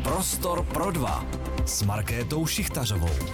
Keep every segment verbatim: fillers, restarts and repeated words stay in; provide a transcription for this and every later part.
Prostor pro dva s Markétou Šichtařovou.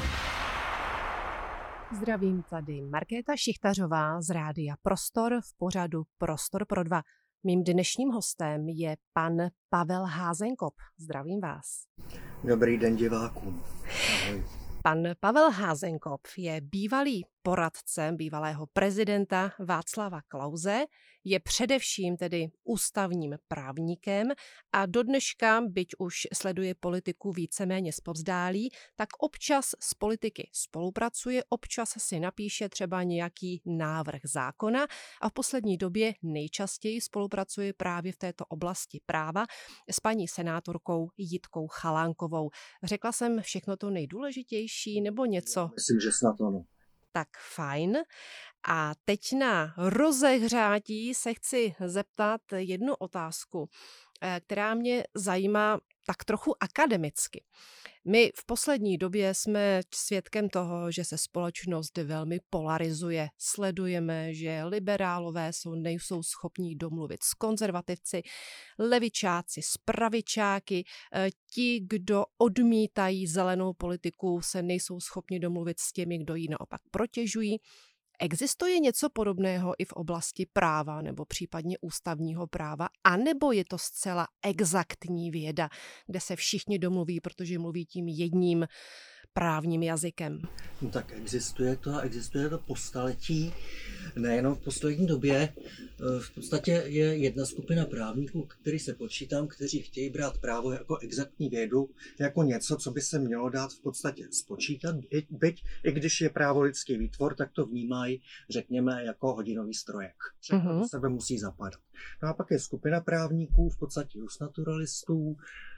Zdravím, tady Markéta Šichtařová z rádia Prostor v pořadu Prostor pro dva. Mým dnešním hostem je pan Pavel Házenkop. Zdravím vás. Dobrý den divákům. Ahoj. Pan Pavel Házenkop je bývalý poradce bývalého prezidenta Václava Klause, je především tedy ústavním právníkem a dodneška, byť už sleduje politiku víceméně zpovzdálí, tak občas s politiky spolupracuje, občas si napíše třeba nějaký návrh zákona a v poslední době nejčastěji spolupracuje právě v této oblasti práva s paní senátorkou Jitkou Chalánkovou. Řekla jsem všechno to nejdůležitější nebo něco? Myslím, že snad ano. Tak fajn. A teď na rozehřátí se chci zeptat jednu otázku, která mě zajímá tak trochu akademicky. My v poslední době jsme svědkem toho, že se společnost velmi polarizuje. Sledujeme, že liberálové jsou, nejsou schopní domluvit s konzervativci, levičáci s pravičáky, ti, kdo odmítají zelenou politiku, se nejsou schopni domluvit s těmi, kdo ji naopak protěžují. Existuje něco podobného i v oblasti práva nebo případně ústavního práva, anebo je to zcela exaktní věda, kde se všichni domluví, protože mluví tím jedním právním jazykem? No tak existuje to a existuje to po staletí, nejenom v poslední době. V podstatě je jedna skupina právníků, který se počítám, kteří chtějí brát právo jako exaktní vědu, jako něco, co by se mělo dát v podstatě spočítat. Byť, i když je právo lidský výtvor, tak to vnímají, řekněme, jako hodinový strojek. Všechno uh-huh. do sebe musí zapadat. No a pak je skupina právníků, v podstatě justnaturalistů,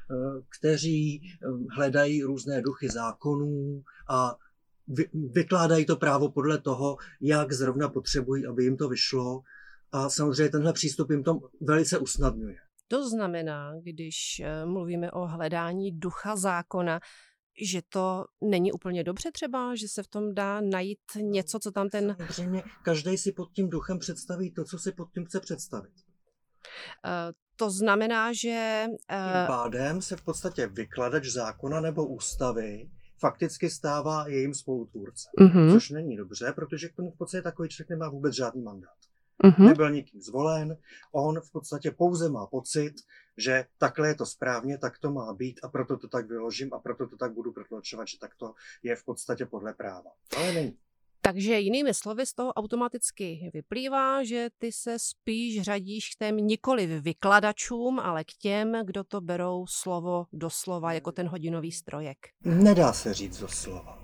kteří hledají různé duchy zákonů a vy, vykládají to právo podle toho, jak zrovna potřebují, aby jim to vyšlo. A samozřejmě tenhle přístup jim to velice usnadňuje. To znamená, když mluvíme o hledání ducha zákona, že to není úplně dobře třeba, že se v tom dá najít něco, co tam ten... Samozřejmě každý si pod tím duchem představí to, co si pod tím chce představit. Uh, to znamená, že... Uh... Tím pádem se v podstatě vykladač zákona nebo ústavy fakticky stává jejím spolutvůrcem. Uh-huh. Což není dobře, protože k tomu v podstatě takový člověk nemá vůbec žádný mandát. Uh-huh. Nebyl nikým zvolen, on v podstatě pouze má pocit, že takhle je to správně, tak to má být a proto to tak vyložím a proto to tak budu protlačovat, že tak to je v podstatě podle práva. Ale není. Takže jinými slovy z toho automaticky vyplývá, že ty se spíš řadíš k těm nikoliv vykladačům, ale k těm, kdo to berou slovo doslova, jako ten hodinový strojek. Nedá se říct doslova.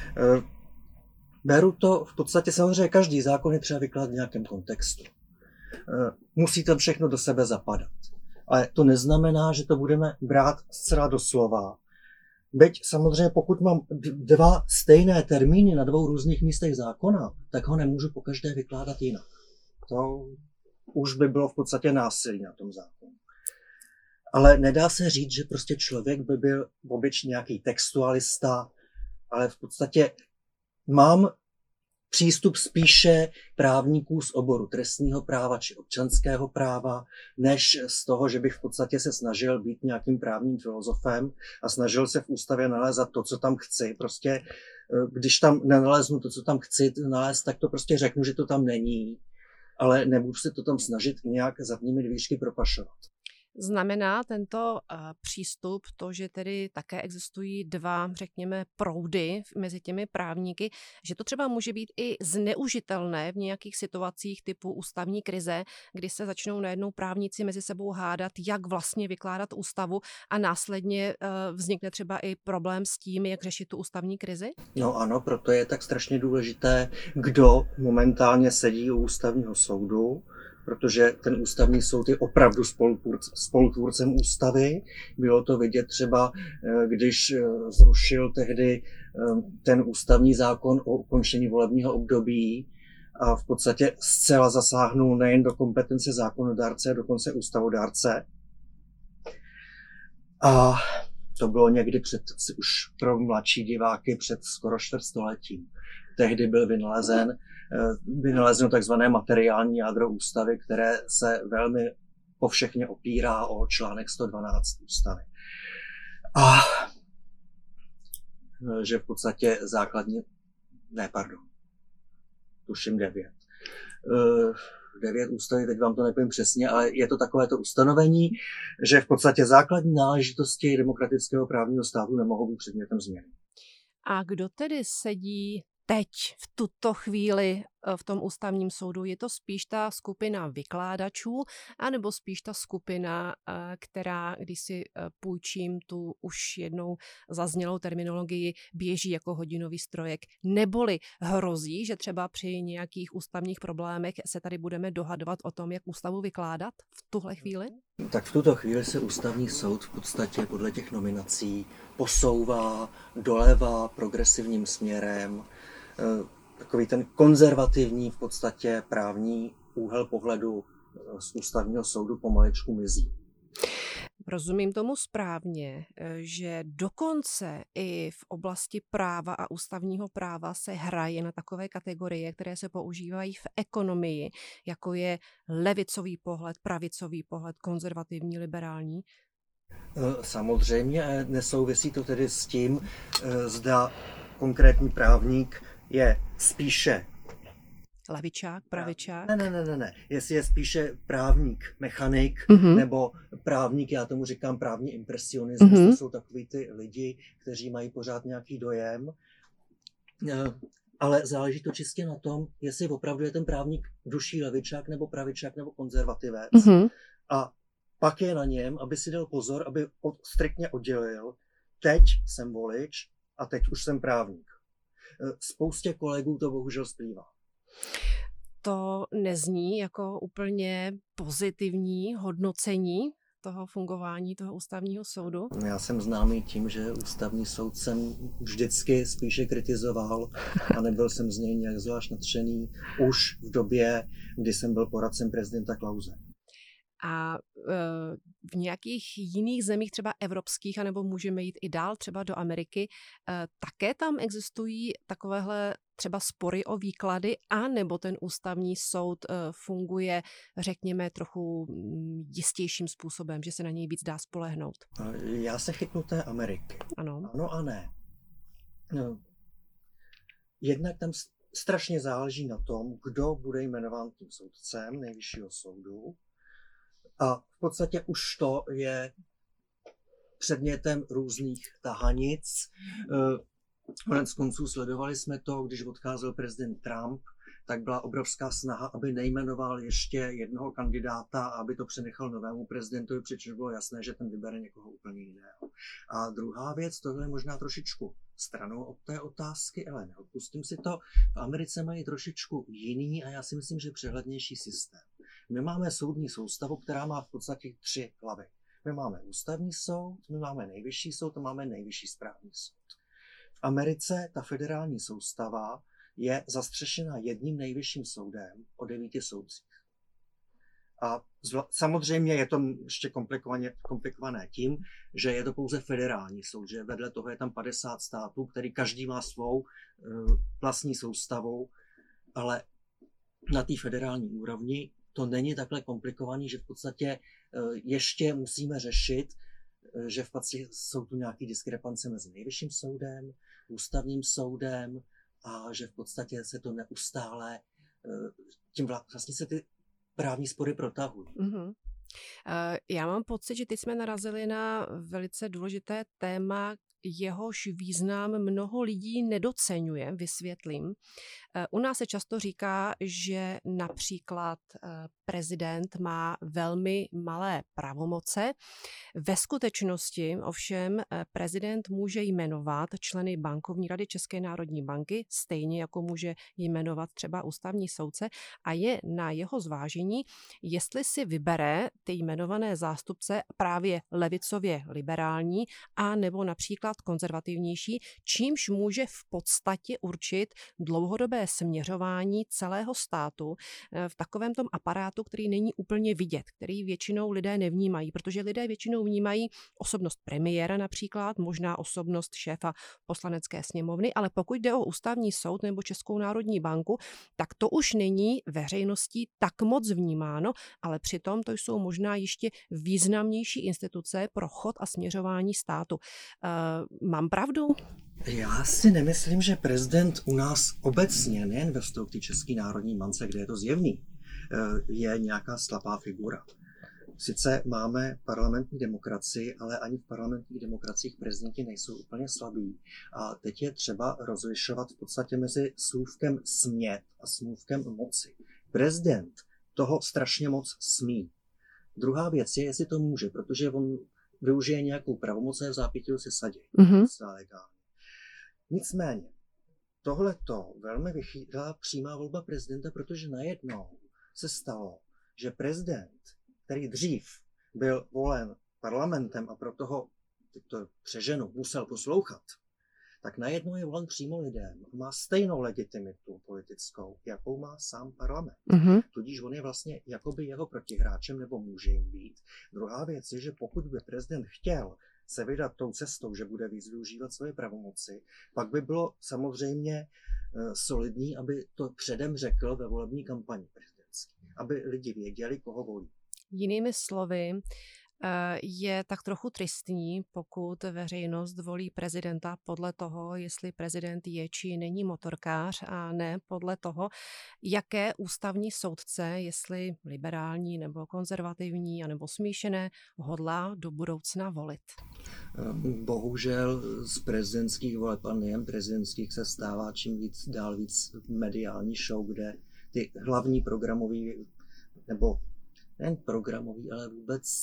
Beru to v podstatě samozřejmě každý zákon je třeba vykládat v nějakém kontextu. Musí to všechno do sebe zapadat. Ale to neznamená, že to budeme brát zcela doslova. Byť samozřejmě pokud mám dva stejné termíny na dvou různých místech zákona, tak ho nemůžu pokaždé vykládat jinak. To už by bylo v podstatě násilí na tom zákonu. Ale nedá se říct, že prostě člověk by byl obyčejný nějaký textualista, ale v podstatě mám přístup spíše právníků z oboru trestního práva či občanského práva, než z toho, že bych v podstatě se snažil být nějakým právním filozofem a snažil se v ústavě nalézat to, co tam chci. Prostě když tam nenaleznu to, co tam chci nalézt, tak to prostě řeknu, že to tam není, ale nebudu se to tam snažit nějak zadními dvířky propašovat. Znamená tento uh, přístup to, že tedy také existují dva, řekněme, proudy mezi těmi právníky, že to třeba může být i zneužitelné v nějakých situacích typu ústavní krize, kdy se začnou najednou právníci mezi sebou hádat, jak vlastně vykládat ústavu a následně uh, vznikne třeba i problém s tím, jak řešit tu ústavní krizi? No ano, proto je tak strašně důležité, kdo momentálně sedí u ústavního soudu, protože ten ústavní soud je opravdu spolutvůrcem ústavy. Bylo to vidět třeba, když zrušil tehdy ten ústavní zákon o ukončení volebního období a v podstatě zcela zasáhnul nejen do kompetence zákonodárce, dokonce ústavodárce. A to bylo někdy před, už pro mladší diváky před skoro čtvrtstoletím. Tehdy byl vynalezen vynalezeno takzvané materiální jádro ústavy, které se velmi povšechně opírá o článek sto dvanáct ústavy. A že v podstatě základně, ne, pardon, tuším devět. Devět ústavy, teď vám to nepovím přesně, ale je to takovéto ustanovení, že v podstatě základní náležitosti demokratického právního státu nemohou být předmětem změny. A kdo tedy sedí teď, v tuto chvíli v tom ústavním soudu? Je to spíš ta skupina vykládačů, anebo spíš ta skupina, která, když si půjčím tu už jednou zaznělou terminologii, běží jako hodinový strojek, neboli hrozí, že třeba při nějakých ústavních problémech se tady budeme dohadovat o tom, jak ústavu vykládat v tuhle chvíli? Tak v tuto chvíli se ústavní soud v podstatě podle těch nominací posouvá doleva progresivním směrem. Takový ten konzervativní v podstatě právní úhel pohledu z ústavního soudu pomaličku mizí. Rozumím tomu správně, že dokonce i v oblasti práva a ústavního práva se hraje na takové kategorie, které se používají v ekonomii, jako je levicový pohled, pravicový pohled, konzervativní, liberální? Samozřejmě nesouvisí to tedy s tím, zda konkrétní právník je spíše levičák, pravičák? Ne, ne, ne, ne, ne. Jestli je spíše právník, mechanik, mm-hmm. nebo právník, já tomu říkám právní impresionismus, mm-hmm. to jsou takový ty lidi, kteří mají pořád nějaký dojem, ale záleží to čistě na tom, jestli opravdu je ten právník duší levičák, nebo pravičák, nebo konzervativec. Mm-hmm. A pak je na něm, aby si dal pozor, aby od, striktně oddělil, teď jsem volič a teď už jsem právník. Spoustě kolegů to bohužel splývá. To nezní jako úplně pozitivní hodnocení toho fungování toho ústavního soudu? Já jsem známý tím, že ústavní soud jsem vždycky spíše kritizoval a nebyl jsem z něj nějak zvlášť nadšený už v době, kdy jsem byl poradcem prezidenta Klause. A v nějakých jiných zemích, třeba evropských, anebo můžeme jít i dál, třeba do Ameriky, také tam existují takovéhle třeba spory o výklady, a nebo ten ústavní soud funguje, řekněme, trochu jistějším způsobem, že se na něj víc dá spolehnout? Já se chytnu té Ameriky. Ano. Ano a ne. No. Jednak tam strašně záleží na tom, kdo bude jmenován tím soudcem nejvyššího soudu. A v podstatě už to je předmětem různých tahanic. Konec konců sledovali jsme to, když odcházel prezident Trump, tak byla obrovská snaha, aby nejmenoval ještě jednoho kandidáta, aby to přenechal novému prezidentovi, přičemž bylo jasné, že ten vybere někoho úplně jiného. A druhá věc, tohle je možná trošičku stranou od té otázky, ale neodpustím si to. V Americe mají trošičku jiný a já si myslím, že přehlednější systém. My máme soudní soustavu, která má v podstatě tři hlavy. My máme ústavní soud, my máme nejvyšší soud a máme nejvyšší správní soud. V Americe ta federální soustava je zastřešena jedním nejvyšším soudem o devíti soudcích. A zla, samozřejmě je to ještě komplikovaně, komplikované tím, že je to pouze federální soud, že vedle toho je tam padesát států, který každý má svou uh, vlastní soustavu, ale na té federální úrovni to není takhle komplikovaný, že v podstatě uh, ještě musíme řešit, uh, že v podstatě jsou tu nějaké diskrepance mezi nejvyšším soudem, ústavním soudem a že v podstatě se to neustále, uh, tím vlastně se ty právní spory protahují. Mm-hmm. Já mám pocit, že teď jsme narazili na velice důležité téma, jehož význam mnoho lidí nedoceňuje, vysvětlím. U nás se často říká, že například prezident má velmi malé pravomoce. Ve skutečnosti ovšem prezident může jmenovat členy bankovní rady České národní banky, stejně jako může jmenovat třeba ústavní soudce, a je na jeho zvážení, jestli si vybere ty jmenované zástupce právě levicově liberální, a nebo například například konzervativnější, čímž může v podstatě určit dlouhodobé směřování celého státu v takovém tom aparátu, který není úplně vidět, který většinou lidé nevnímají, protože lidé většinou vnímají osobnost premiéra například, možná osobnost šéfa poslanecké sněmovny, ale pokud jde o ústavní soud nebo Českou národní banku, tak to už není veřejností tak moc vnímáno, ale přitom to jsou možná ještě významnější instituce pro chod a směřování státu. Uh, mám pravdu? Já si nemyslím, že prezident u nás obecně, nejen ve vztahu k té České národní bance, kde je to zjevný, je nějaká slabá figura. Sice máme parlamentní demokracii, ale ani v parlamentních demokraciích prezidenti nejsou úplně slabí. A teď je třeba rozlišovat v podstatě mezi slůvkem smět a slůvkem moci. Prezident toho strašně moc smí. Druhá věc je, jestli to může, protože on využije nějakou pravomoc a v zápětí si sadí. Mm-hmm. Nicméně, tohleto velmi vychýlila přímá volba prezidenta, protože najednou se stalo, že prezident, který dřív byl volen parlamentem a proto ho, teď to přeženu, musel poslouchat, tak najednou je volen přímo lidem a má stejnou legitimitu politickou, jakou má sám parlament. Mm-hmm. Tudíž on je vlastně jakoby jeho protihráčem, nebo může jim být. Druhá věc je, že pokud by prezident chtěl se vydat tou cestou, že bude víc využívat svoje pravomoci, pak by bylo samozřejmě uh, solidní, aby to předem řekl ve volební kampani prezidentské, aby lidi věděli, koho volí. Jinými slovy, je tak trochu tristní, pokud veřejnost volí prezidenta podle toho, jestli prezident je či není motorkář, a ne podle toho, jaké ústavní soudce, jestli liberální nebo konzervativní anebo smíšené, hodlá do budoucna volit. Bohužel z prezidentských voleb a nejen prezidentských se stává čím víc dál víc mediální show, kde ty hlavní programový nebo nejen programový, ale vůbec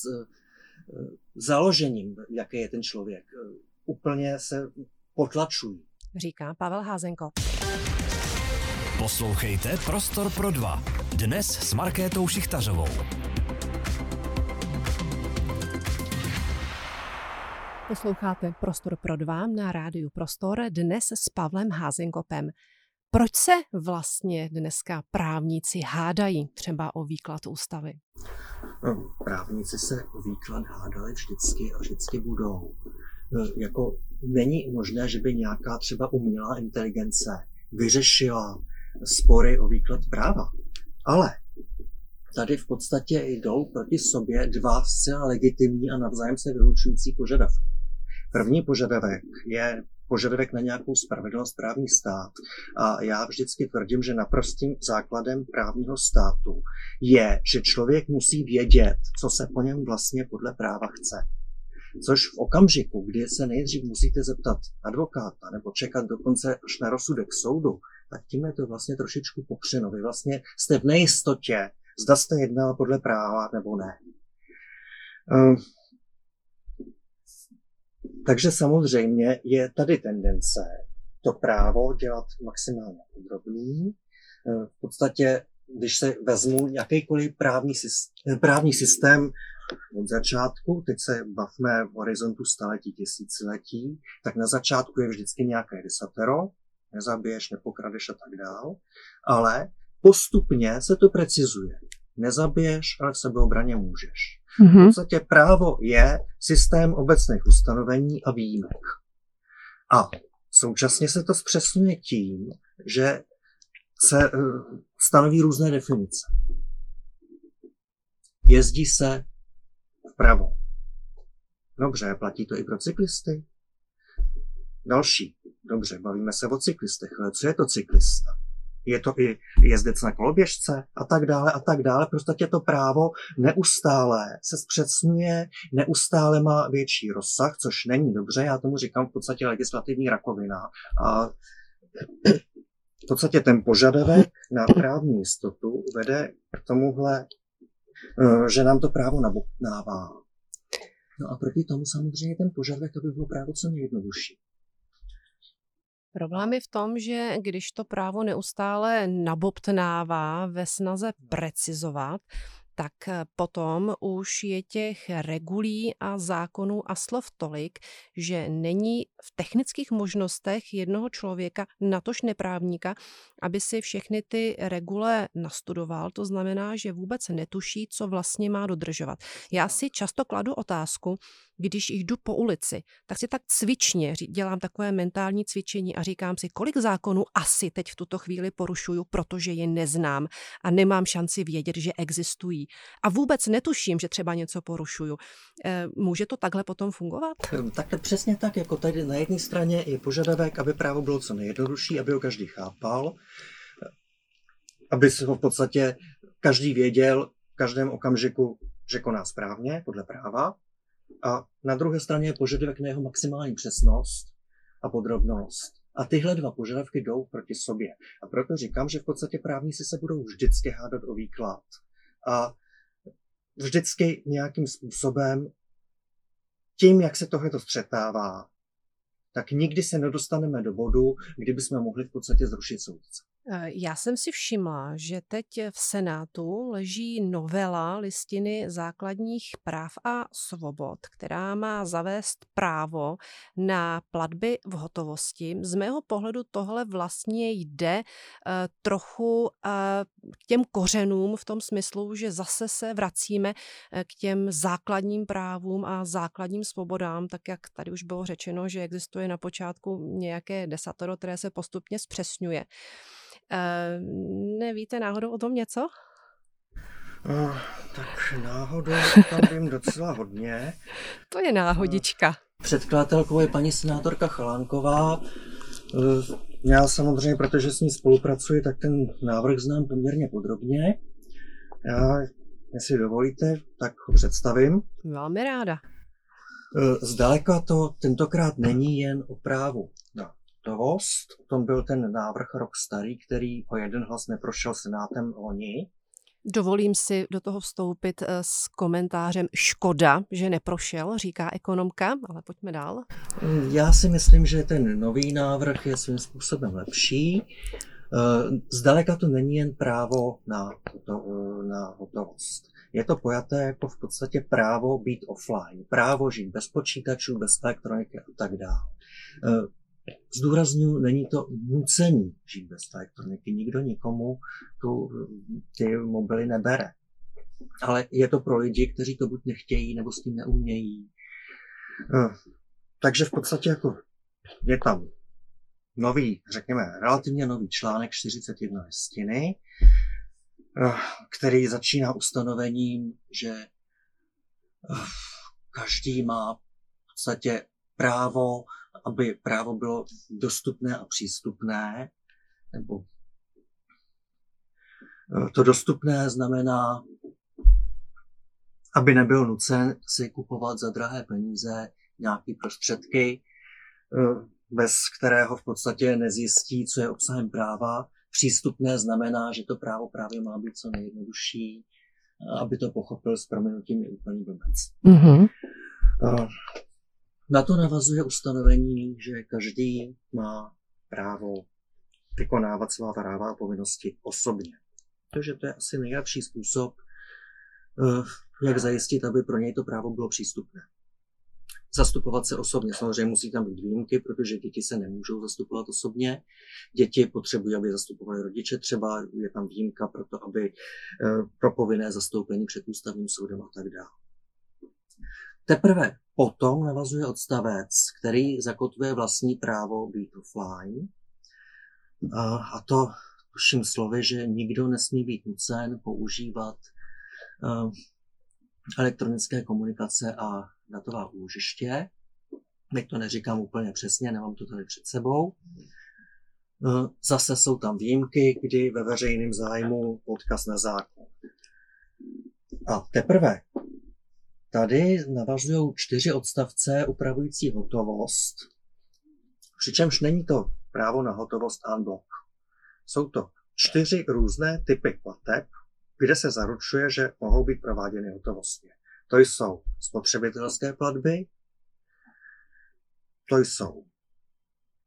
založením, jaký je ten člověk, úplně se potlačují. Říká Pavel Házenko. Poslouchejte Prostor pro dva. Dnes s Markétou Šichtařovou. Posloucháte Prostor pro dva na rádiu Prostor, dnes s Pavlem Házenkopem. Proč se vlastně dneska právníci hádají třeba o výklad ústavy? No, právníci se o výklad hádali vždycky a vždycky budou. Jako není možné, že by nějaká třeba umělá inteligence vyřešila spory o výklad práva. Ale tady v podstatě jdou proti sobě dva zcela legitimní a navzájem se vylučující požadavky. První požadavek je požadavek na nějakou spravedlnost, právní stát. A já vždycky tvrdím, že naprostým základem právního státu je, že člověk musí vědět, co se po něm vlastně podle práva chce. Což v okamžiku, kdy se nejdřív musíte zeptat advokáta nebo čekat dokonce až na rozsudek soudu, tak tím je to vlastně trošičku popřeno. Vy vlastně jste v nejistotě, zda jste jednala podle práva nebo ne. Um, Takže samozřejmě je tady tendence to právo dělat maximálně podrobný. V podstatě, když se vezmu jakýkoliv právní systém, právní systém od začátku, teď se bavme v horizontu staletí, tisíciletí, tak na začátku je vždycky nějaké desatero, nezabiješ, nepokradeš a tak dál, ale postupně se to precizuje. Nezabiješ, ale v sebeobraně můžeš. Mm-hmm. V podstatě právo je systém obecných ustanovení a výjimek. A současně se to zpřesňuje tím, že se stanoví různé definice. Jezdí se vpravo. Dobře, platí to i pro cyklisty? Další. Dobře, bavíme se o cyklistech, ale co je to cyklista? Je to i jezdec na koloběžce a tak dále a tak dále. Prostě to právo neustále se zpřesňuje, neustále má větší rozsah, což není dobře. Já tomu říkám v podstatě legislativní rakovina. A v podstatě ten požadavek na právní jistotu vede k tomuhle, že nám to právo nabobtnává. No a proti tomu samozřejmě ten požadavek, aby bylo právo co nejjednodušší. Problém je v tom, že když to právo neustále nabobtnává ve snaze precizovat, tak potom už je těch regulí a zákonů a slov tolik, že není v technických možnostech jednoho člověka, natož neprávníka, aby si všechny ty regule nastudoval. To znamená, že vůbec netuší, co vlastně má dodržovat. Já si často kladu otázku, když jdu po ulici, tak si tak cvičně dělám takové mentální cvičení a říkám si, kolik zákonů asi teď v tuto chvíli porušuju, protože je neznám a nemám šanci vědět, že existují. A vůbec netuším, že třeba něco porušuju. Může to takhle potom fungovat? Tak přesně tak, jako tady na jedné straně je požadavek, aby právo bylo co nejjednodušší, aby ho každý chápal, aby si ho v podstatě každý věděl v každém okamžiku, že koná správně podle práva. A na druhé straně je požadavek na jeho maximální přesnost a podrobnost. A tyhle dva požadavky jdou proti sobě. A proto říkám, že v podstatě právníci se budou vždycky hádat o výklad. A vždycky nějakým způsobem, tím, jak se tohleto střetává, tak nikdy se nedostaneme do bodu, kdy bychom mohli v podstatě zrušit soudce. Já jsem si všimla, že teď v Senátu leží novela Listiny základních práv a svobod, která má zavést právo na platby v hotovosti. Z mého pohledu tohle vlastně jde trochu k těm kořenům v tom smyslu, že zase se vracíme k těm základním právům a základním svobodám, tak jak tady už bylo řečeno, že existuje na počátku nějaké desatero, které se postupně zpřesňuje. Uh, nevíte náhodou o tom něco? Uh, tak náhodou tam vím docela hodně. To je náhodička. Uh, předkladatelkou je paní senátorka Chalánková. Uh, já samozřejmě, protože s ní spolupracuji, tak ten návrh znám poměrně podrobně. Já, jestli dovolíte, tak ho představím. Velmi ráda. Uh, zdaleka to tentokrát není jen o právu na hotovost. V tom byl ten návrh rok starý, který o jeden hlas neprošel senátem loni. Dovolím si do toho vstoupit s komentářem škoda, že neprošel, říká ekonomka, ale pojďme dál. Já si myslím, že ten nový návrh je svým způsobem lepší. Zdaleka to není jen právo na, to, na hotovost. Je to pojaté jako v podstatě právo být offline, právo žít bez počítačů, bez elektroniky a tak dále. Zdůraznuju, není to nucení žít bez elektroniky. Nikdo nikomu tu, ty mobily nebere. Ale je to pro lidi, kteří to buď nechtějí, nebo s tím neumějí. Takže v podstatě jako je tam nový, řekněme, relativně nový článek čtyřicet jedna listiny, který začíná ustanovením, že každý má v podstatě právo, aby právo bylo dostupné a přístupné, nebo to dostupné znamená, aby nebyl nucen si kupovat za drahé peníze nějaké prostředky, bez kterého v podstatě nezjistí, co je obsahem práva. Přístupné znamená, že to právo právě má být co nejjednodušší, aby to pochopil s prominutím i úplný blbec. Mm-hmm. Na to navazuje ustanovení, že každý má právo vykonávat svá práva a povinnosti osobně. Takže to je asi nejlepší způsob, jak zajistit, aby pro něj to právo bylo přístupné. Zastupovat se osobně. Samozřejmě musí tam být výjimky, protože děti se nemůžou zastupovat osobně. Děti potřebují, aby zastupovali rodiče. Třeba je tam výjimka pro to, aby pro povinné zastoupení před ústavním soudem a tak dále. Teprve potom navazuje odstavec, který zakotvuje vlastní právo být offline. A to tuším slovy, že nikdo nesmí být nucen používat elektronické komunikace a datová úložiště. Teď to neříkám úplně přesně, nemám to tady před sebou. Zase jsou tam výjimky, kdy ve veřejném zájmu odkaz na zákon. A teprve tady navazují čtyři odstavce upravující hotovost, přičemž není to právo na hotovost en bloc. Jsou to čtyři různé typy plateb, kde se zaručuje, že mohou být prováděny hotovostně. To jsou spotřebitelské platby, to jsou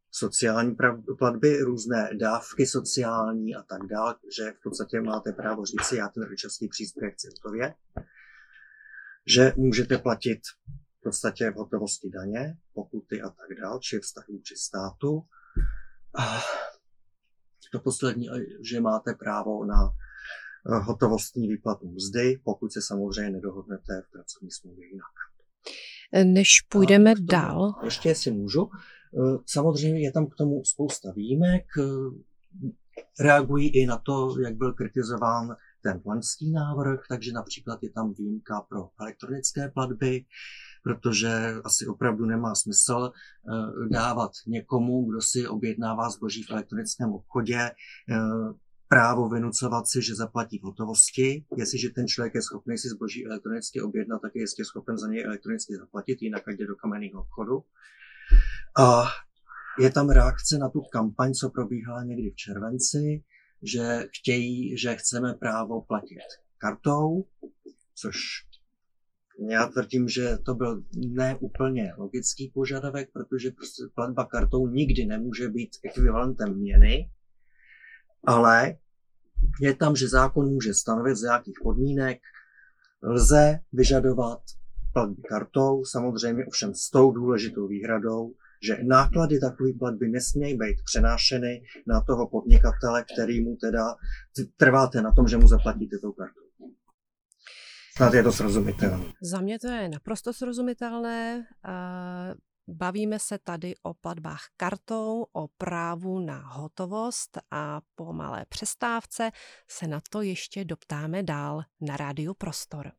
sociální platby, různé dávky sociální a tak dále, že v podstatě máte právo říct si, já ten rodičovský příspěvek chci hotově, že můžete platit v podstatě v hotovosti daně, pokuty a tak dále, či vztah vůči státu. A to poslední, že máte právo na hotovostní výplatu mzdy, pokud se samozřejmě nedohodnete v pracovní smlouvě jinak. Než půjdeme dál. Ještě jestli můžu. Samozřejmě je tam k tomu spousta výjimek. Reagují i na to, jak byl kritizován ten loňský návrh, takže například je tam výjimka pro elektronické platby, protože asi opravdu nemá smysl dávat někomu, kdo si objednává zboží v elektronickém obchodě, právo vynucovat si, že zaplatí v hotovosti. Jestliže ten člověk je schopný si zboží elektronicky objednat, tak je jistě schopen za něj elektronicky zaplatit, jinak ať jde do kamenného obchodu. A je tam reakce na tu kampaň, co probíhala někdy v červenci, že chtějí, že chceme právo platit kartou, což já tvrdím, že to byl neúplně logický požadavek, protože prostě platba kartou nikdy nemůže být ekvivalentem měny, ale je tam, že zákon může stanovit, z jakých podmínek lze vyžadovat platby kartou, samozřejmě ovšem s tou důležitou výhradou, že náklady takové platby nesmějí být přenášeny na toho podnikatele, který mu teda trváte na tom, že mu zaplatíte tou kartou. Snad je to srozumitelné. Za mě to je naprosto srozumitelné. Bavíme se tady o platbách kartou, o právu na hotovost a po malé přestávce se na to ještě doptáme dál na Rádiu Prostor.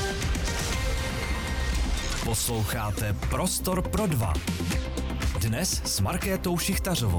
Posloucháte Prostor pro dva. Dnes s Markétou Šichtařovou.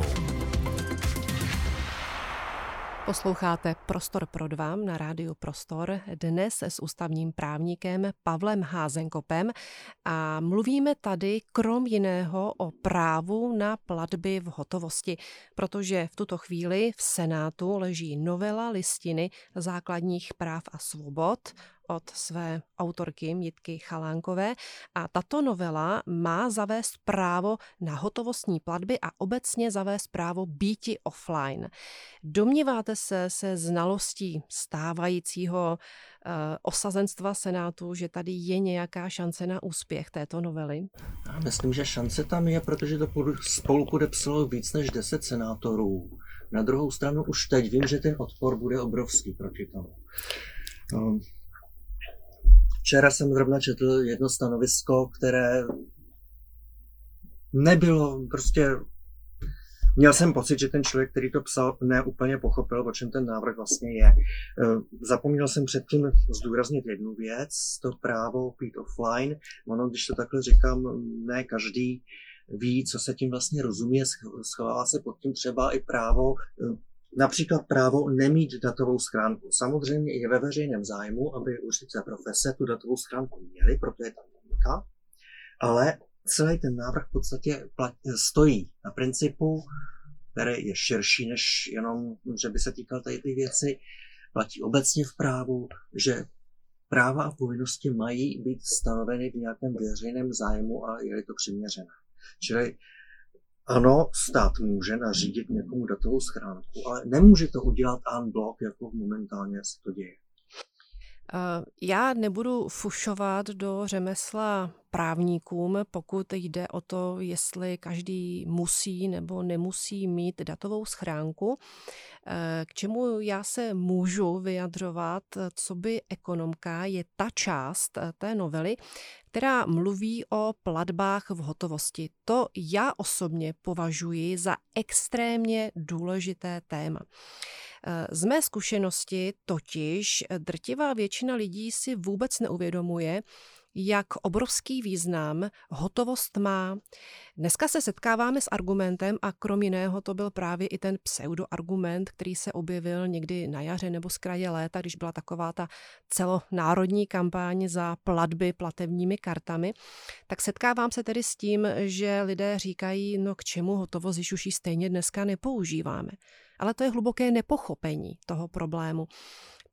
Posloucháte Prostor pro dva na Rádiu Prostor, dnes s ústavním právníkem Pavlem Házenkopem a mluvíme tady krom jiného o právu na platby v hotovosti, protože v tuto chvíli v Senátu leží novela listiny základních práv a svobod od své autorky Jitky Chalánkové a tato novela má zavést právo na hotovostní platby a obecně zavést právo býti offline. Domníváte se se znalostí stávajícího uh, osazenstva Senátu, že tady je nějaká šance na úspěch této novely? Já myslím, že šance tam je, protože to spolu podepsalo víc než deset senátorů. Na druhou stranu už teď vím, že ten odpor bude obrovský proti tomu. Um, Včera jsem zrovna četl jedno stanovisko, které nebylo prostě... Měl jsem pocit, že ten člověk, který to psal, neúplně pochopil, o čem ten návrh vlastně je. Zapomněl jsem předtím zdůraznit jednu věc, to právo být offline. Ono, když to takhle říkám, ne každý ví, co se tím vlastně rozumí, schovává se pod tím třeba i právo... Například právo nemít datovou schránku. Samozřejmě je ve veřejném zájmu, aby určité profese tu datovou schránku měly, proto je tam výjimka, ale celý ten návrh v podstatě stojí na principu, který je širší než jenom, že by se týkal tady ty věci, platí obecně v právu, že práva a povinnosti mají být stanoveny v nějakém veřejném zájmu a je to přiměřené. Čili ano, stát může nařídit někomu datovou schránku, ale nemůže to udělat en bloc, jako momentálně se to děje. Já nebudu fušovat do řemesla právníkům, pokud jde o to, jestli každý musí nebo nemusí mít datovou schránku. K čemu já se můžu vyjadřovat, co by ekonomka, je ta část té novely, která mluví o platbách v hotovosti. To já osobně považuji za extrémně důležité téma. Z mé zkušenosti totiž drtivá většina lidí si vůbec neuvědomuje, jak obrovský význam hotovost má. Dneska se setkáváme s argumentem a krom jiného to byl právě i ten pseudoargument, který se objevil někdy na jaře nebo z kraje léta, když byla taková ta celonárodní kampaň za platby platebními kartami. Tak setkávám se tedy s tím, že lidé říkají, no k čemu hotovost, když už ji stejně dneska nepoužíváme. Ale to je hluboké nepochopení toho problému.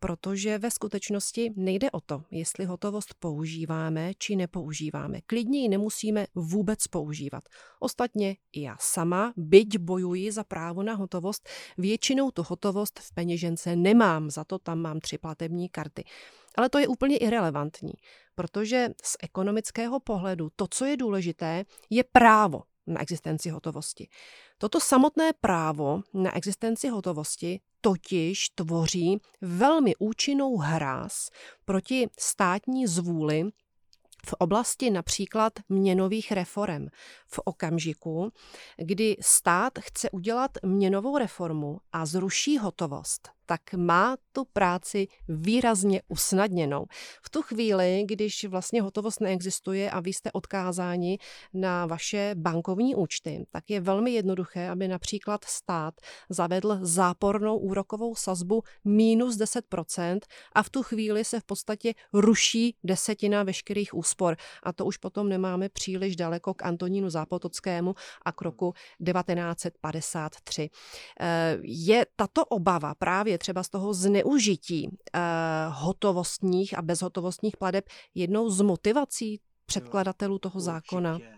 protože ve skutečnosti nejde o to, jestli hotovost používáme či nepoužíváme. Klidně ji nemusíme vůbec používat. Ostatně i já sama, byť bojuji za právo na hotovost, většinou tu hotovost v peněžence nemám, za to tam mám tři platební karty. Ale to je úplně irelevantní, protože z ekonomického pohledu to, co je důležité, je právo na existenci hotovosti. Toto samotné právo na existenci hotovosti totiž tvoří velmi účinnou hráz proti státní zvůli v oblasti například měnových reforem. V okamžiku, kdy stát chce udělat měnovou reformu a zruší hotovost, tak má tu práci výrazně usnadněnou. V tu chvíli, když vlastně hotovost neexistuje a vy jste odkázáni na vaše bankovní účty, tak je velmi jednoduché, aby například stát zavedl zápornou úrokovou sazbu minus deset procent a v tu chvíli se v podstatě ruší desetina veškerých úspor. A to už potom nemáme příliš daleko k Antonínu Zápotockému a k roku devatenáct set padesát tři. Je tato obava právě třeba z toho zneužití eh, hotovostních a bezhotovostních plateb jednou z motivací předkladatelů toho zákona? E,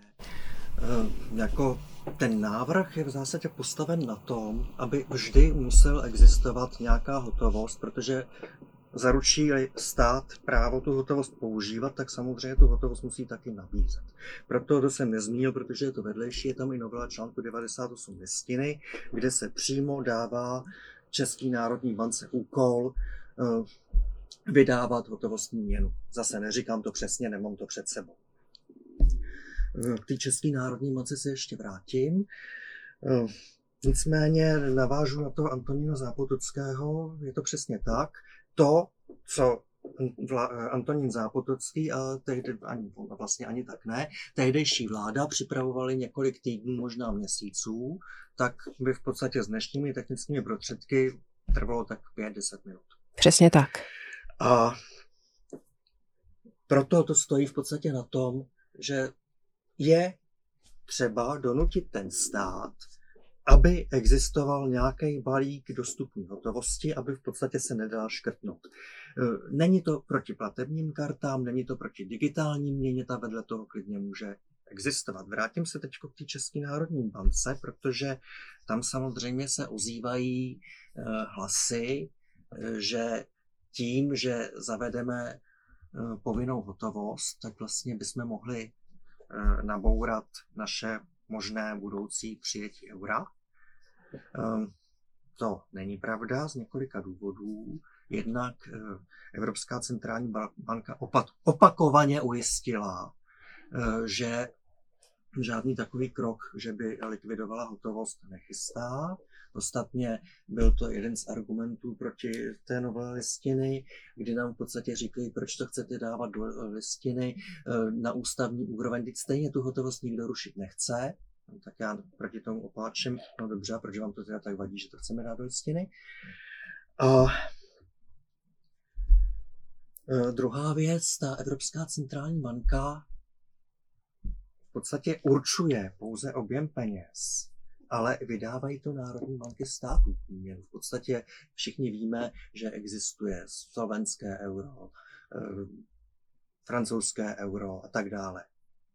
jako ten návrh je v zásadě postaven na tom, aby vždy musel existovat nějaká hotovost, protože zaručí stát právo tu hotovost používat, tak samozřejmě tu hotovost musí taky nabízet. Proto to jsem nezmínil, protože je to vedlejší, je tam i novela článku devadesát osm listiny, kde se přímo dává České národní bance úkol uh, vydávat hotovostní měnu. Zase neříkám to přesně, nemám to před sebou. Uh, k té České národní bance se ještě vrátím. Uh, nicméně navážu na toho Antonína Zápotockého, je to přesně tak. To, co Vla, Antonín Zápotocký a tehdy, ani, vlastně ani tak ne, tehdejší vláda připravovali několik týdnů, možná měsíců, tak by v podstatě s dnešními technickými prostředky trvalo tak pět deset minut. Přesně tak. A proto to stojí v podstatě na tom, že je třeba donutit ten stát, aby existoval nějaký balík dostupné hotovosti, aby v podstatě se nedal škrtnout. Není to proti platebním kartám, není to proti digitálním měně, ta vedle toho klidně může existovat. Vrátím se teď k té České národní bance, protože tam samozřejmě se ozývají hlasy, že tím, že zavedeme povinnou hotovost, tak vlastně bychom mohli nabourat naše možné budoucí přijetí eura. To není pravda z několika důvodů. Jednak Evropská centrální banka opakovaně ujistila, že žádný takový krok, že by likvidovala hotovost, nechystá. Ostatně byl to jeden z argumentů proti té nové listiny, kdy nám v podstatě říkají, proč to chcete dávat do listiny na ústavní úroveň, teď stejně tu hotovost nikdo rušit nechce. Tak já proti tomu opáčím, no dobře, proč vám to teda tak vadí, že to chceme dát do listiny. A druhá věc, ta Evropská centrální banka v podstatě určuje pouze objem peněz, ale vydávají to národní banky států. V podstatě všichni víme, že existuje slovenské euro, francouzské euro a tak dále.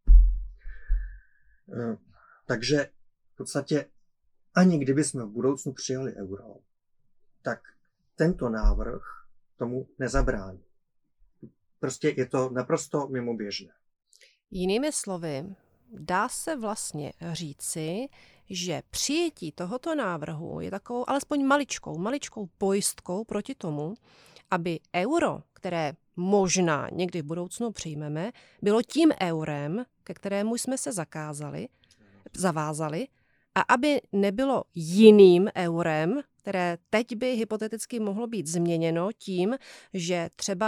Takže v podstatě ani kdyby jsme v budoucnu přijali euro, tak tento návrh tomu nezabrání. Prostě je to naprosto mimoběžné. Jinými slovy, dá se vlastně říci, že přijetí tohoto návrhu je takovou alespoň maličkou, maličkou pojistkou proti tomu, aby euro, které možná někdy v budoucnu přijmeme, bylo tím eurem, ke kterému jsme se zakázali, zavázali, a aby nebylo jiným eurem, které teď by hypoteticky mohlo být změněno tím, že třeba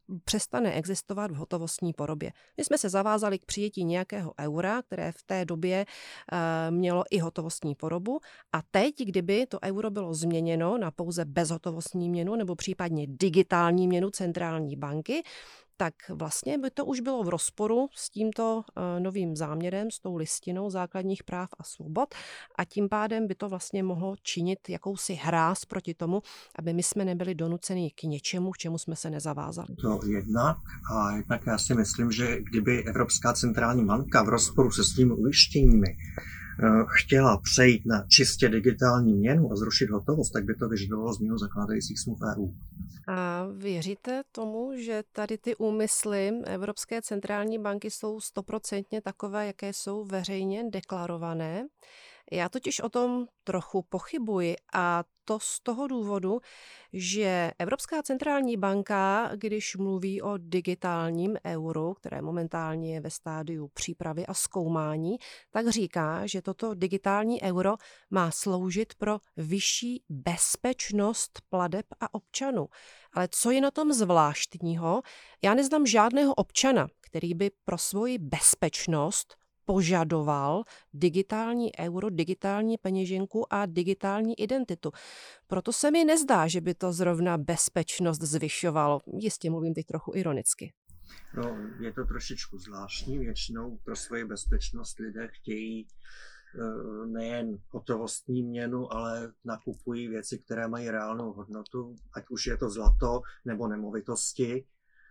přestane existovat v hotovostní podobě. My jsme se zavázali k přijetí nějakého eura, které v té době e, mělo i hotovostní podobu a teď, kdyby to euro bylo změněno na pouze bezhotovostní měnu nebo případně digitální měnu centrální banky, tak vlastně by to už bylo v rozporu s tímto uh, novým záměrem, s tou listinou základních práv a svobod a tím pádem by to vlastně mohlo činit jakousi hráz proti tomu, aby my jsme nebyli donuceni k něčemu, k čemu jsme se nezavázali. To jednak a jednak já si myslím, že kdyby Evropská centrální banka v rozporu se svými ujištěními chtěla přejít na čistě digitální měnu a zrušit hotovost, tak by to vyžadovalo změnu zakládajících smluv E U. A věříte tomu, že tady ty úmysly Evropské centrální banky jsou stoprocentně takové, jaké jsou veřejně deklarované? Já totiž o tom trochu pochybuji a to z toho důvodu, že Evropská centrální banka, když mluví o digitálním euru, které momentálně je ve stádiu přípravy a zkoumání, tak říká, že toto digitální euro má sloužit pro vyšší bezpečnost plateb a občanů. Ale co je na tom zvláštního? Já neznám žádného občana, který by pro svoji bezpečnost požadoval digitální euro, digitální peněženku a digitální identitu. Proto se mi nezdá, že by to zrovna bezpečnost zvyšovalo. Jistě mluvím teď trochu ironicky. No, je to trošičku zvláštní. Většinou pro svoji bezpečnost lidé chtějí nejen hotovostní měnu, ale nakupují věci, které mají reálnou hodnotu, ať už je to zlato nebo nemovitosti.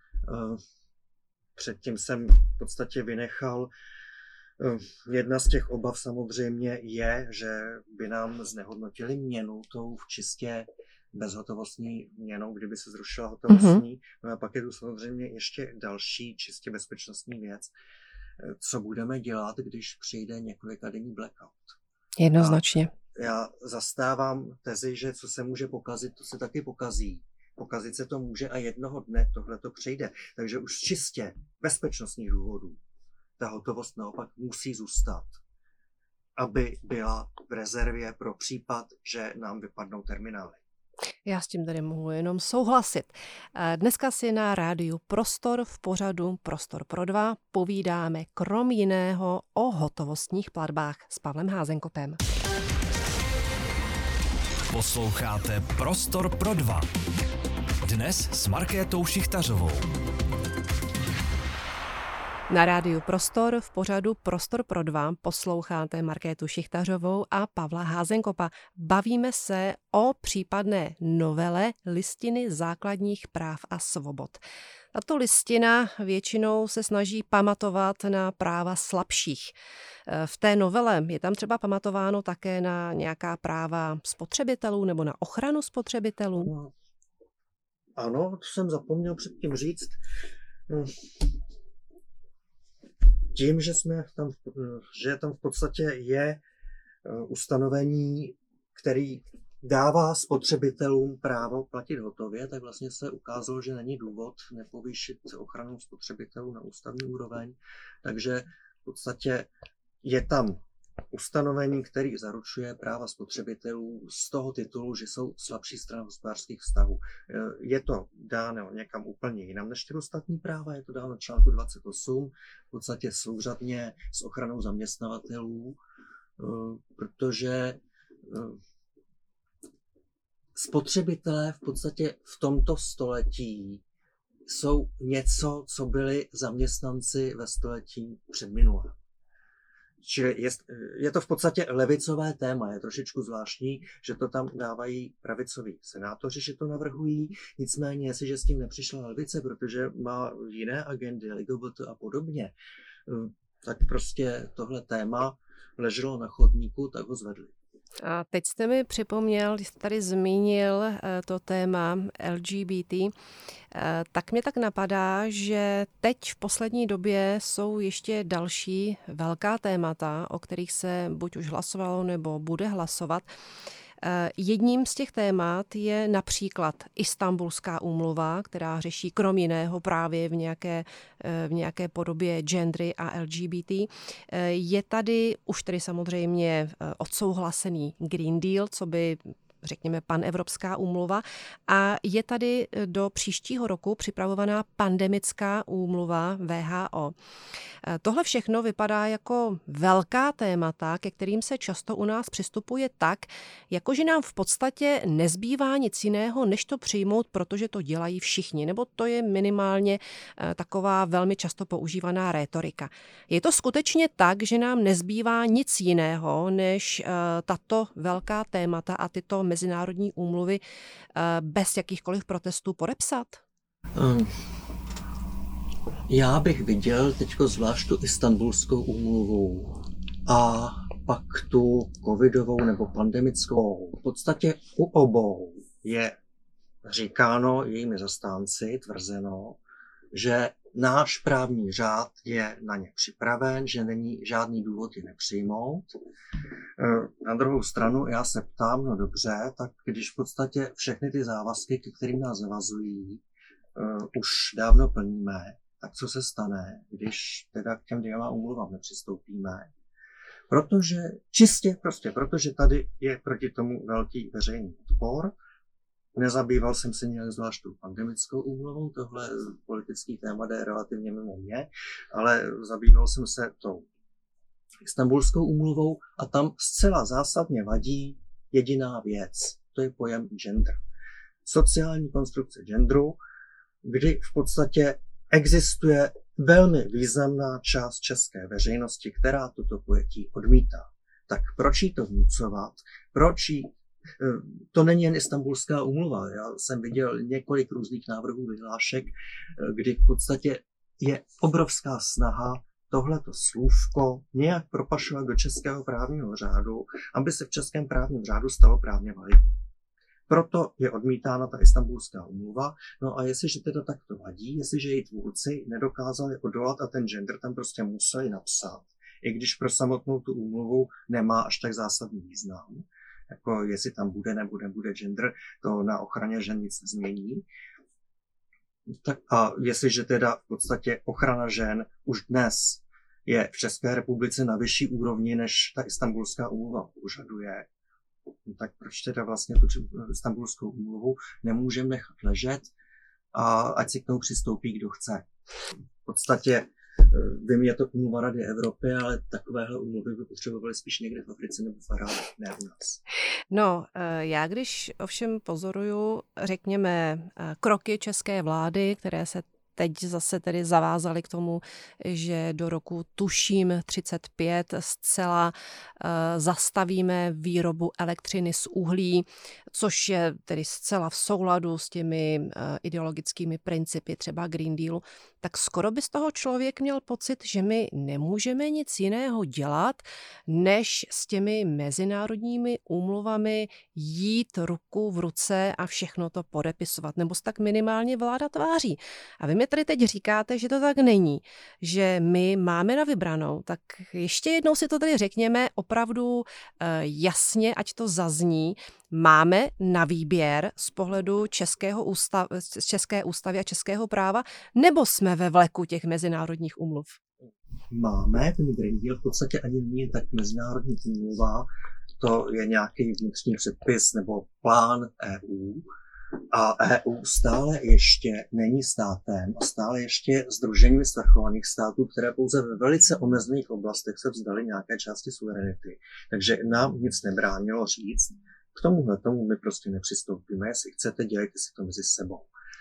Předtím jsem v podstatě vynechal. Jedna z těch obav samozřejmě je, že by nám znehodnotili měnu tou čistě bezhotovostní měnou, kdyby se zrušila hotovostní. Mm-hmm. No a pak je tu samozřejmě ještě další čistě bezpečnostní věc. Co budeme dělat, když přijde několikadenní blackout? Jednoznačně. A já zastávám tezi, že co se může pokazit, to se taky pokazí. Pokazit se to může a jednoho dne tohle to přijde. Takže už čistě bezpečnostních důvodů ta hotovost naopak musí zůstat, aby byla v rezervě pro případ, že nám vypadnou terminály. Já s tím tady mohu jenom souhlasit. Dneska si na rádiu Prostor v pořadu Prostor pro dva povídáme krom jiného o hotovostních platbách s Pavlem Házenkopem. Posloucháte Prostor pro dva. Dnes s Markétou Šichtařovou. Na rádiu Prostor v pořadu Prostor pro dva posloucháte Markétu Šichtařovou a Pavla Házenkopa. Bavíme se o případné novele listiny základních práv a svobod. Tato listina většinou se snaží pamatovat na práva slabších. V té novele je tam třeba pamatováno také na nějaká práva spotřebitelů nebo na ochranu spotřebitelů? Ano, to jsem zapomněl předtím říct. Tím, že, jsme tam, že tam v podstatě je ustanovení, který dává spotřebitelům právo platit hotově, tak vlastně se ukázalo, že není důvod nepovýšit ochranu spotřebitelů na ústavní úroveň. Takže v podstatě je tam ustanovení, který zaručuje práva spotřebitelů z toho titulu, že jsou slabší strana hospodářských vztahů. Je to dáno někam úplně jinam než ty ostatní práva, je to dáno článku dvacet osm, v podstatě souřadně s ochranou zaměstnavatelů, protože spotřebitelé v podstatě v tomto století jsou něco, co byli zaměstnanci ve století předminulém. Čili je, je to v podstatě levicové téma, je trošičku zvláštní, že to tam dávají pravicoví senátoři, že to navrhují, nicméně jestliže s tím nepřišla levice, protože má jiné agendy, L G B T a podobně, tak prostě tohle téma leželo na chodníku, tak ho zvedli. A teď jste mi připomněl, když jste tady zmínil to téma L G B T, tak mě tak napadá, že teď v poslední době jsou ještě další velká témata, o kterých se buď už hlasovalo nebo bude hlasovat. Jedním z těch témat je například Istanbulská úmluva, která řeší krom jiného právě v nějaké, v nějaké podobě gendery a L G B T. Je tady už tedy samozřejmě odsouhlasený Green Deal, co by řekněme, panevropská úmluva a je tady do příštího roku připravovaná pandemická úmluva W H O. Tohle všechno vypadá jako velká témata, ke kterým se často u nás přistupuje tak, jakože nám v podstatě nezbývá nic jiného, než to přijmout, protože to dělají všichni, nebo to je minimálně taková velmi často používaná rétorika. Je to skutečně tak, že nám nezbývá nic jiného, než tato velká témata a tyto mezinárodní úmluvy bez jakýchkoliv protestů podepsat? Um. Já bych viděl teďko zvlášť tu Istanbulskou úmluvu a pak tu covidovou nebo pandemickou. V podstatě u obou je říkáno jejími zastánci, tvrzeno, že náš právní řád je na ně připraven, že není žádný důvod je nepřijmout. Na druhou stranu já se ptám, no dobře, tak když v podstatě všechny ty závazky, ke kterým nás zavazují, už dávno plníme, tak co se stane, když teda k těm dvěma úmluvám nepřistoupíme? Protože, čistě prostě, protože tady je proti tomu velký veřejný odpor. Nezabýval jsem se nějak zvlášť tou pandemickou úmluvou, tohle politický téma jde relativně mimo mě, ale zabýval jsem se tou Istanbulskou úmluvou a tam zcela zásadně vadí jediná věc, to je pojem gender. Sociální konstrukce genderu, kdy v podstatě existuje velmi významná část české veřejnosti, která toto pojetí odmítá. Tak proč jí to vnucovat? Proč jí... To není jen Istanbulská úmluva. Já jsem viděl několik různých návrhů vyhlášek, kdy v podstatě je obrovská snaha tohleto slůvko nějak propašovat do českého právního řádu, aby se v českém právním řádu stalo právně validní. Proto je odmítána ta Istanbulská úmluva. No a jestliže teda takto vadí, jestliže její tvůrci nedokázali odolat a ten gender tam prostě museli napsat, i když pro samotnou tu úmluvu nemá až tak zásadní význam, jako jestli tam bude nebo nebude gender, to na ochraně žen nic nezmění. Tak a jestliže teda v podstatě ochrana žen už dnes je v České republice na vyšší úrovni, než ta Istanbulská úmluva požaduje, tak proč teda vlastně tu Istanbulskou úmluvu nemůžeme nechat ležet a ať si k tomu přistoupí, kdo chce. V podstatě vím, je to úmluva Rady Evropy, ale takovéhle úmluvy by potřebovaly spíš někde v Africe nebo v Arábii, ne u nás. No, já když ovšem pozoruju, řekněme, kroky české vlády, které se teď zase tedy zavázali k tomu, že do roku tuším třicet pět zcela uh, zastavíme výrobu elektřiny z uhlí, což je tedy zcela v souladu s těmi uh, ideologickými principy třeba Green Dealu, tak skoro by z toho člověk měl pocit, že my nemůžeme nic jiného dělat, než s těmi mezinárodními úmluvami jít ruku v ruce a všechno to podepisovat, nebo se tak minimálně vláda tváří. A vy mi tady teď říkáte, že to tak není, že my máme na vybranou, tak ještě jednou si to tady řekněme opravdu jasně, ať to zazní, máme na výběr z pohledu českého ústav, české ústavy a českého práva, nebo jsme ve vleku těch mezinárodních úmluv? Máme, ten Green Deal v podstatě ani není tak mezinárodní úmluva, to je nějaký vnitřní předpis nebo plán E U. A E U stále ještě není státem a stále ještě sdružením svrchovaných států, které pouze ve velice omezených oblastech se vzdaly nějaké části suverenity. Takže nám nic nebránilo říct, k tomuhle tomu my prostě nepřistoupíme, jestli chcete, dělejte si to mezi sebou.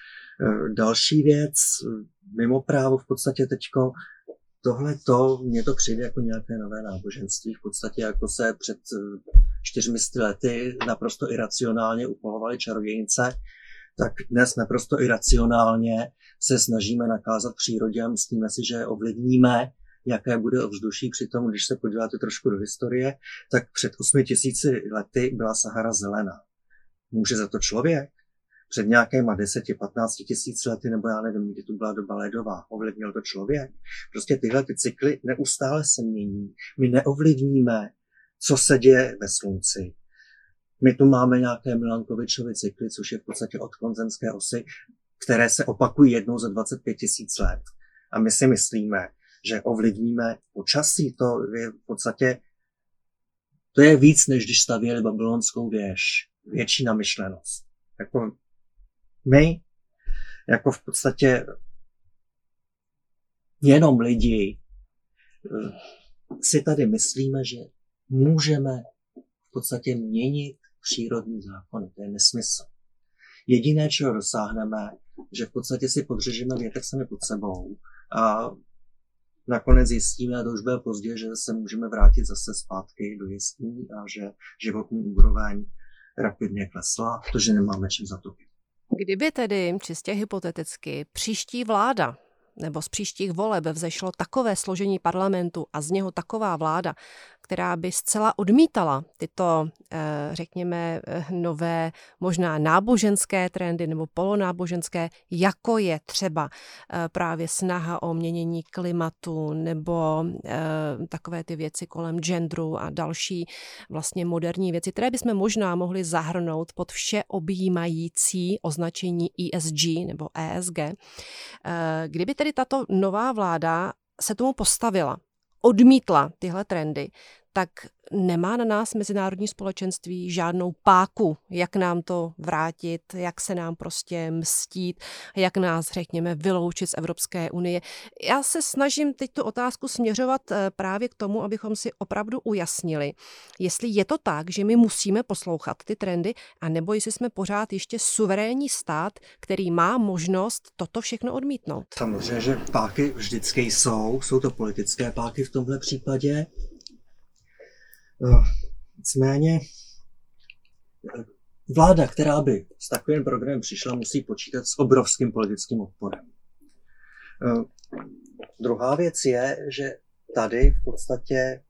Další věc, mimo právo v podstatě teďko, tohleto, mně to přijde jako nějaké nové náboženství, v podstatě jako se před čtyřmi sty lety naprosto iracionálně upalovali čarodějnice, tak dnes naprosto iracionálně se snažíme nakázat přírodě a myslíme si, že ovlivníme, jaké bude ovzduší. Přitom, když se podíváte trošku do historie, tak před osmi tisíci lety byla Sahara zelená. Může za to člověk? Před nějakýma deseti, patnácti tisíc lety, nebo já nevím, kdy tu byla doba ledová, ovlivnil to člověk. Prostě tyhle ty cykly neustále se mění. My neovlivníme, co se děje ve slunci. My tu máme nějaké Milankovičovy cykly, což je v podstatě od konzemské osy, které se opakují jednou za dvacet pět tisíc let. A my si myslíme, že ovlivníme počasí. To je v podstatě, to je víc, než když stavěli babylonskou věž. větší namyšlenost. Jako my, jako v podstatě jenom lidi, si tady myslíme, že můžeme v podstatě měnit přírodní zákony. To je nesmysl. Jediné, čeho dosáhneme, že v podstatě si podřežeme větev sami pod sebou a nakonec zjistíme, a to už bude pozdě, že se můžeme vrátit zase zpátky do jeskyní a že životní úroveň rapidně klesla, protože nemáme čím zatopit. Kdyby tedy čistě hypoteticky příští vláda nebo z příštích voleb vzešlo takové složení parlamentu a z něho taková vláda, která by zcela odmítala tyto, řekněme, nové možná náboženské trendy nebo polonáboženské, jako je třeba právě snaha o měnění klimatu nebo takové ty věci kolem genderu a další vlastně moderní věci, které bychom možná mohli zahrnout pod všeobjímající označení E S G nebo E S G. Kdyby tedy tato nová vláda se tomu postavila, odmítla tyhle trendy, tak nemá na nás mezinárodní společenství žádnou páku, jak nám to vrátit, jak se nám prostě mstít, jak nás, řekněme, vyloučit z Evropské unie. Já se snažím teď tu otázku směřovat právě k tomu, abychom si opravdu ujasnili, jestli je to tak, že my musíme poslouchat ty trendy, anebo jestli jsme pořád ještě suverénní stát, který má možnost toto všechno odmítnout. Samozřejmě, že páky vždycky jsou, jsou to politické páky v tomhle případě. Nicméně vláda, která by s takovým programem přišla, musí počítat s obrovským politickým odporem. Druhá věc je, že tady v podstatě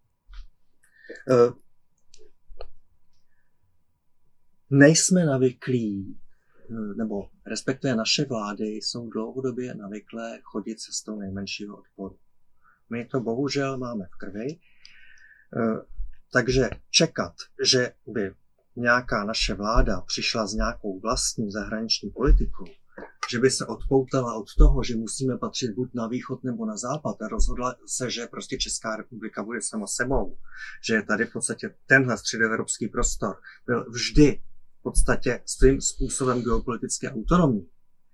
nejsme navyklí, nebo respektive naše vlády jsou dlouhodobě navyklé chodit cestou nejmenšího odporu. My to bohužel máme v krvi. Takže čekat, že by nějaká naše vláda přišla s nějakou vlastní zahraniční politikou, že by se odpoutala od toho, že musíme patřit buď na východ nebo na západ a rozhodla se, že prostě Česká republika bude sama sebou, že je tady v podstatě tenhle středoevropský prostor byl vždy v podstatě svým způsobem geopoliticky autonomní.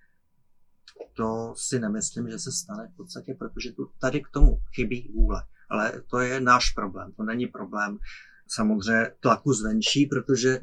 To si nemyslím, že se stane v podstatě, protože tu, tady k tomu chybí vůle. Ale to je náš problém, to není problém samozřejmě tlaku zvenčí, protože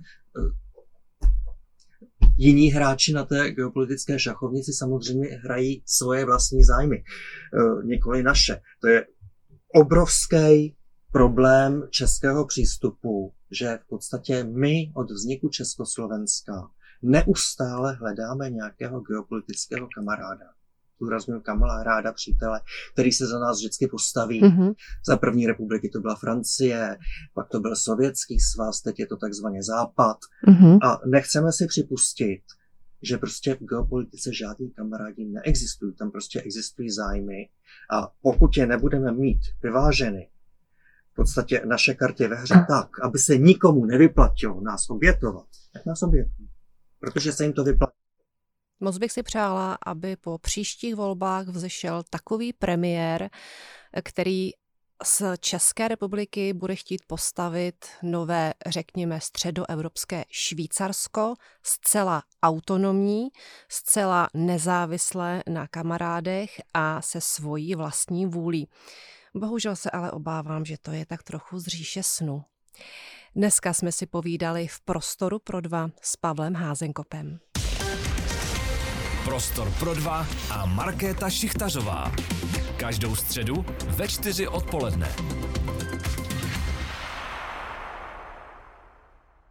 jiní hráči na té geopolitické šachovnici samozřejmě hrají svoje vlastní zájmy, nikoli naše. To je obrovský problém českého přístupu, že v podstatě my od vzniku Československa neustále hledáme nějakého geopolitického kamaráda. Zdůrazňuji kamaráda, přítele, který se za nás vždycky postaví. Mm-hmm. Za první republiky to byla Francie, pak to byl Sovětský svaz, teď je to takzvaně Západ. Mm-hmm. A nechceme si připustit, že prostě v geopolitice žádní kamarádi neexistují. Tam prostě existují zájmy a pokud je nebudeme mít vyváženy, v podstatě naše karty ve hře tak, aby se nikomu nevyplatilo nás obětovat, tak nás obětují, protože se jim to vyplatí. Moc bych si přála, aby po příštích volbách vzešel takový premiér, který z České republiky bude chtít postavit nové, řekněme, středoevropské Švýcarsko, zcela autonomní, zcela nezávislé na kamarádech a se svojí vlastní vůlí. Bohužel se ale obávám, že to je tak trochu z říše snu. Dneska jsme si povídali v Prostoru pro dva s Pavlem Házenkopem. Prostor pro dva a Markéta Šichtařová. Každou středu ve čtyři odpoledne.